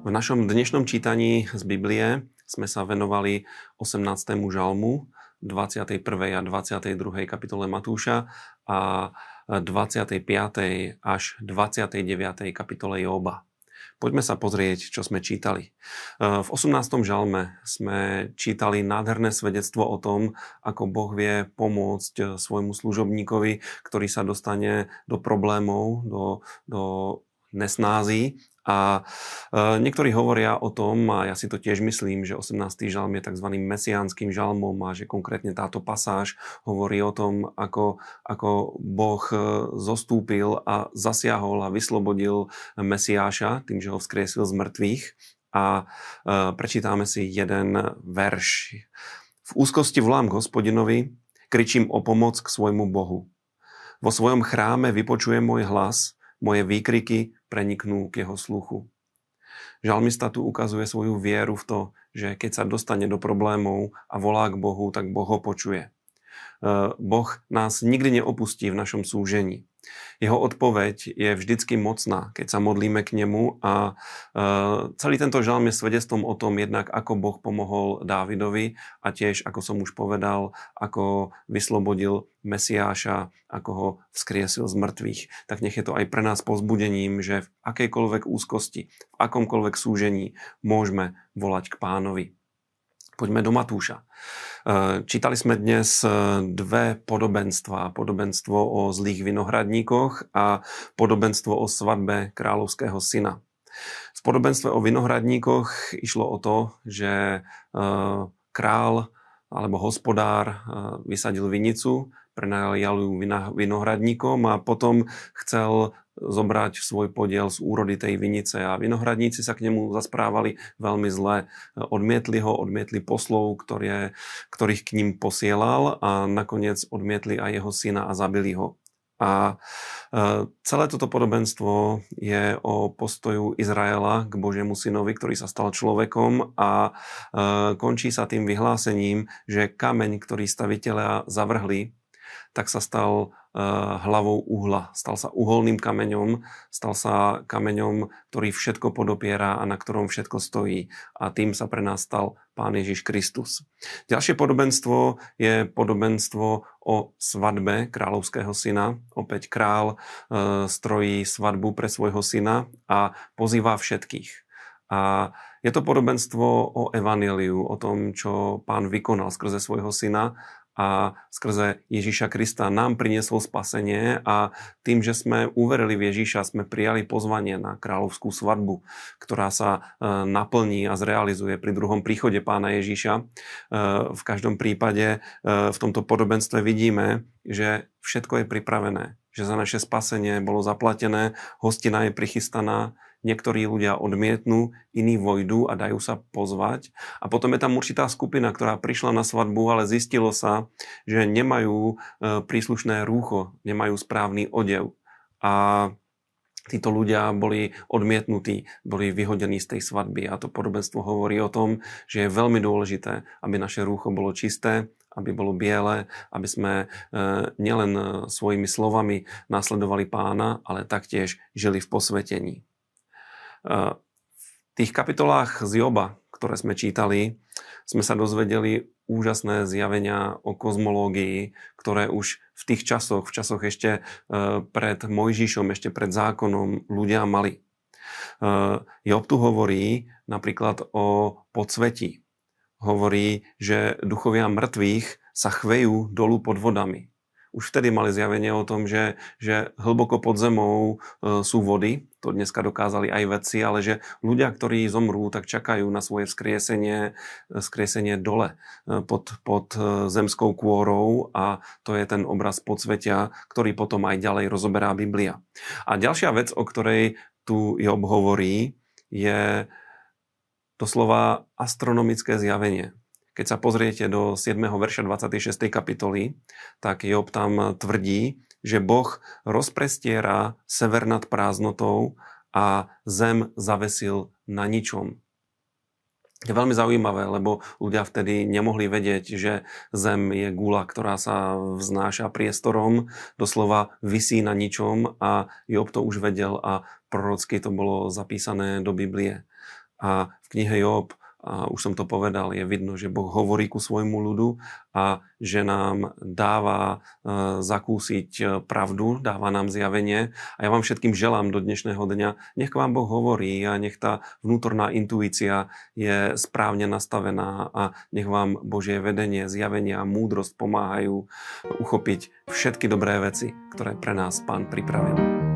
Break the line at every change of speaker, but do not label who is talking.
V našom dnešnom čítaní z Biblie sme sa venovali 18. žalmu, 21. a 22. kapitole Matúša a 25. až 29. kapitole Jóba. Poďme sa pozrieť, čo sme čítali. V 18. žalme sme čítali nádherné svedectvo o tom, ako Boh vie pomôcť svojmu služobníkovi, ktorý sa dostane do problémov, do nesnází. A niektorí hovoria o tom, a ja si to tiež myslím, že 18. žalm je tzv. Mesiánskym žalmom a že konkrétne táto pasáž hovorí o tom, ako Boh zostúpil a zasiahol a vyslobodil Mesiáša tým, že ho vzkriesil z mŕtvych. A prečítame si jeden verš. V úzkosti volám k Hospodinovi, kričím o pomoc k svojmu Bohu. Vo svojom chráme vypočujem môj hlas, moje výkriky preniknú k jeho sluchu. Žalmista tu ukazuje svoju vieru v to, že keď sa dostane do problémov a volá k Bohu, tak Boh ho počuje. Boh nás nikdy neopustí v našom súžení. Jeho odpoveď je vždycky mocná, keď sa modlíme k nemu a celý tento žalm je svedectvom o tom jednak, ako Boh pomohol Dávidovi a tiež, ako som už povedal, ako vyslobodil Mesiáša, ako ho vzkriesil z mŕtvych. Tak nech je to aj pre nás povzbudením, že v akejkoľvek úzkosti, v akomkoľvek súžení môžeme volať k Pánovi. Poďme do Matúša. Čítali sme dnes dve podobenstvá. Podobenstvo o zlých vinohradníkoch a podobenstvo o svadbe kráľovského syna. V podobenstve o vinohradníkoch išlo o to, že král alebo hospodár vysadil vinicu, prenajal ju vinohradníkom a potom chcel zobrať svoj podiel z úrody tej vinice a vinohradníci sa k nemu zasprávali veľmi zle. Odmietli poslov, ktorých k ním posielal a nakoniec odmietli aj jeho syna a zabili ho. A celé toto podobenstvo je o postoju Izraela k Božiemu synovi, ktorý sa stal človekom a končí sa tým vyhlásením, že kameň, ktorý stavitelia zavrhli, tak sa stal hlavou uhla. Stal sa uholným kameňom, stal sa kameňom, ktorý všetko podopiera a na ktorom všetko stojí. A tým sa pre nás stal Pán Ježiš Kristus. Ďalšie podobenstvo je podobenstvo o svadbe kráľovského syna. Opäť král strojí svadbu pre svojho syna a pozýva všetkých. A je to podobenstvo o evanjeliu, o tom, čo Pán vykonal skrze svojho syna a skrze Ježiša Krista nám priniesol spasenie a tým, že sme uverili v Ježiša, sme prijali pozvanie na kráľovskú svadbu, ktorá sa naplní a zrealizuje pri druhom príchode Pána Ježiša. V každom prípade v tomto podobenstve vidíme, že všetko je pripravené, že za naše spasenie bolo zaplatené, hostina je prichystaná, niektorí ľudia odmietnú, iní vojdu a dajú sa pozvať. A potom je tam určitá skupina, ktorá prišla na svadbu, ale zistilo sa, že nemajú príslušné rúcho, nemajú správny odev. A títo ľudia boli odmietnutí, boli vyhodení z tej svadby. A to podobenstvo hovorí o tom, že je veľmi dôležité, aby naše rúcho bolo čisté, aby bolo biele, aby sme nielen svojimi slovami nasledovali Pána, ale taktiež žili v posvetení. V tých kapitolách z Jóba, ktoré sme čítali, sme sa dozvedeli úžasné zjavenia o kozmológii, ktoré už v tých časoch, ešte pred Mojžišom, ešte pred zákonom ľudia mali. Job tu hovorí napríklad o podsvetí. Hovorí, že duchovia mŕtvych sa chvejú dolu pod vodami. Už vtedy mali zjavenie o tom, že hlboko pod zemou sú vody. To dneska dokázali aj vedci, ale že ľudia, ktorí zomrú, tak čakajú na svoje vzkriesenie dole pod zemskou kôrou a to je ten obraz podsvetia, ktorý potom aj ďalej rozoberá Biblia. A ďalšia vec, o ktorej tu Job hovorí, je doslova astronomické zjavenie. Keď sa pozriete do 7. verša 26. kapitoly, tak Job tam tvrdí, že Boh rozprestiera sever nad prázdnotou a zem zavesil na ničom. Je veľmi zaujímavé, lebo ľudia vtedy nemohli vedieť, že zem je guľa, ktorá sa vznáša priestorom, doslova visí na ničom a Job to už vedel a prorocky to bolo zapísané do Biblie. A v knihe Job, a už som to povedal, je vidno, že Boh hovorí ku svojmu ľudu a že nám dáva zakúsiť pravdu, dáva nám zjavenie. A ja vám všetkým želám do dnešného dňa, nech vám Boh hovorí a nech tá vnútorná intuícia je správne nastavená a nech vám Božie vedenie, zjavenie a múdrosť pomáhajú uchopiť všetky dobré veci, ktoré pre nás Pán pripravil.